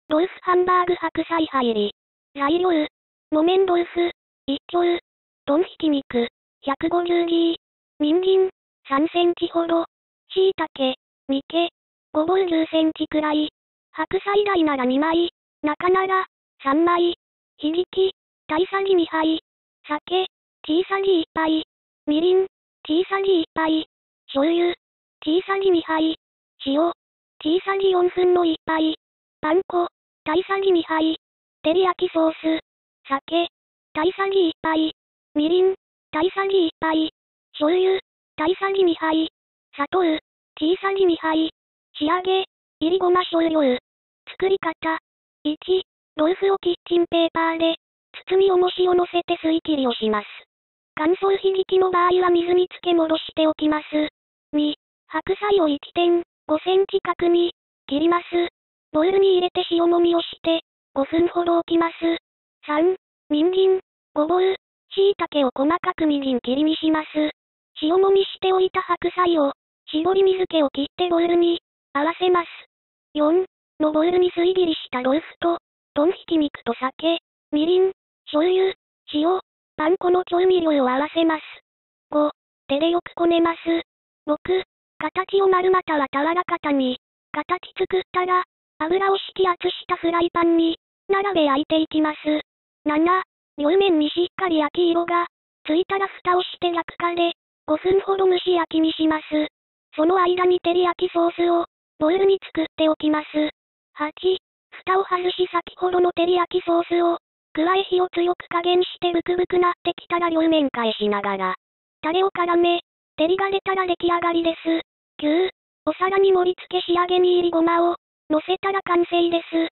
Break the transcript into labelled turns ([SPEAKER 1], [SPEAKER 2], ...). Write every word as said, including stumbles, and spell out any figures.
[SPEAKER 1] ロースハンバーグ白菜入り。材料。木綿豆腐、いっ丁。豚ひき肉、ひゃくごじゅうギー。人参、さんセンチほど。椎茸、にけ。ごぼうじゅっセンチくらい。白菜大ならにまい。中なら、さんまい。ひじき、大さじにはい。酒、小さじいっぱい。みりん、小さじいっぱい。醤油、小さじにはい。塩、小さじよんぶんのいっぱい。パン粉、大さじにはい。照り焼きソース、酒、大さじいっぱい。みりん、大さじいっぱい。醤油、大さじにはい。砂糖、小さじにはい。仕上げ、いりごま少量。作り方。いち、豆腐をキッチンペーパーで、包み重しを乗せて水切りをします。乾燥ひじきの場合は水につけ戻しておきます。に、白菜をいってんごセンチ角に切ります。ボウルに入れて塩もみをして、ごふんほど置きます。さん、人参、ごぼう、椎茸を細かくみじん切りにします。塩もみしておいた白菜を、絞り水気を切ってボウルに合わせます。よん、のボウルに水切りしたロースと、豚ひき肉と酒、みりん、醤油、塩、パン粉の調味料を合わせます。ご、手でよくこねます。ろく、形を丸または俵型に、形作ったら、油を引き圧したフライパンに、並べ焼いていきます。なな、両面にしっかり焼き色がついたら蓋をして焼くかで、ごふんほど蒸し焼きにします。その間に照り焼きソースを、ボウルに作っておきます。はち、蓋を外し先ほどの照り焼きソースを、加え火を強く加減してブクブクなってきたら両面返しながら、タレを絡め、照りが出たら出来上がりです。きゅう、お皿に盛り付け仕上げにいりごまを、乗せたら完成です。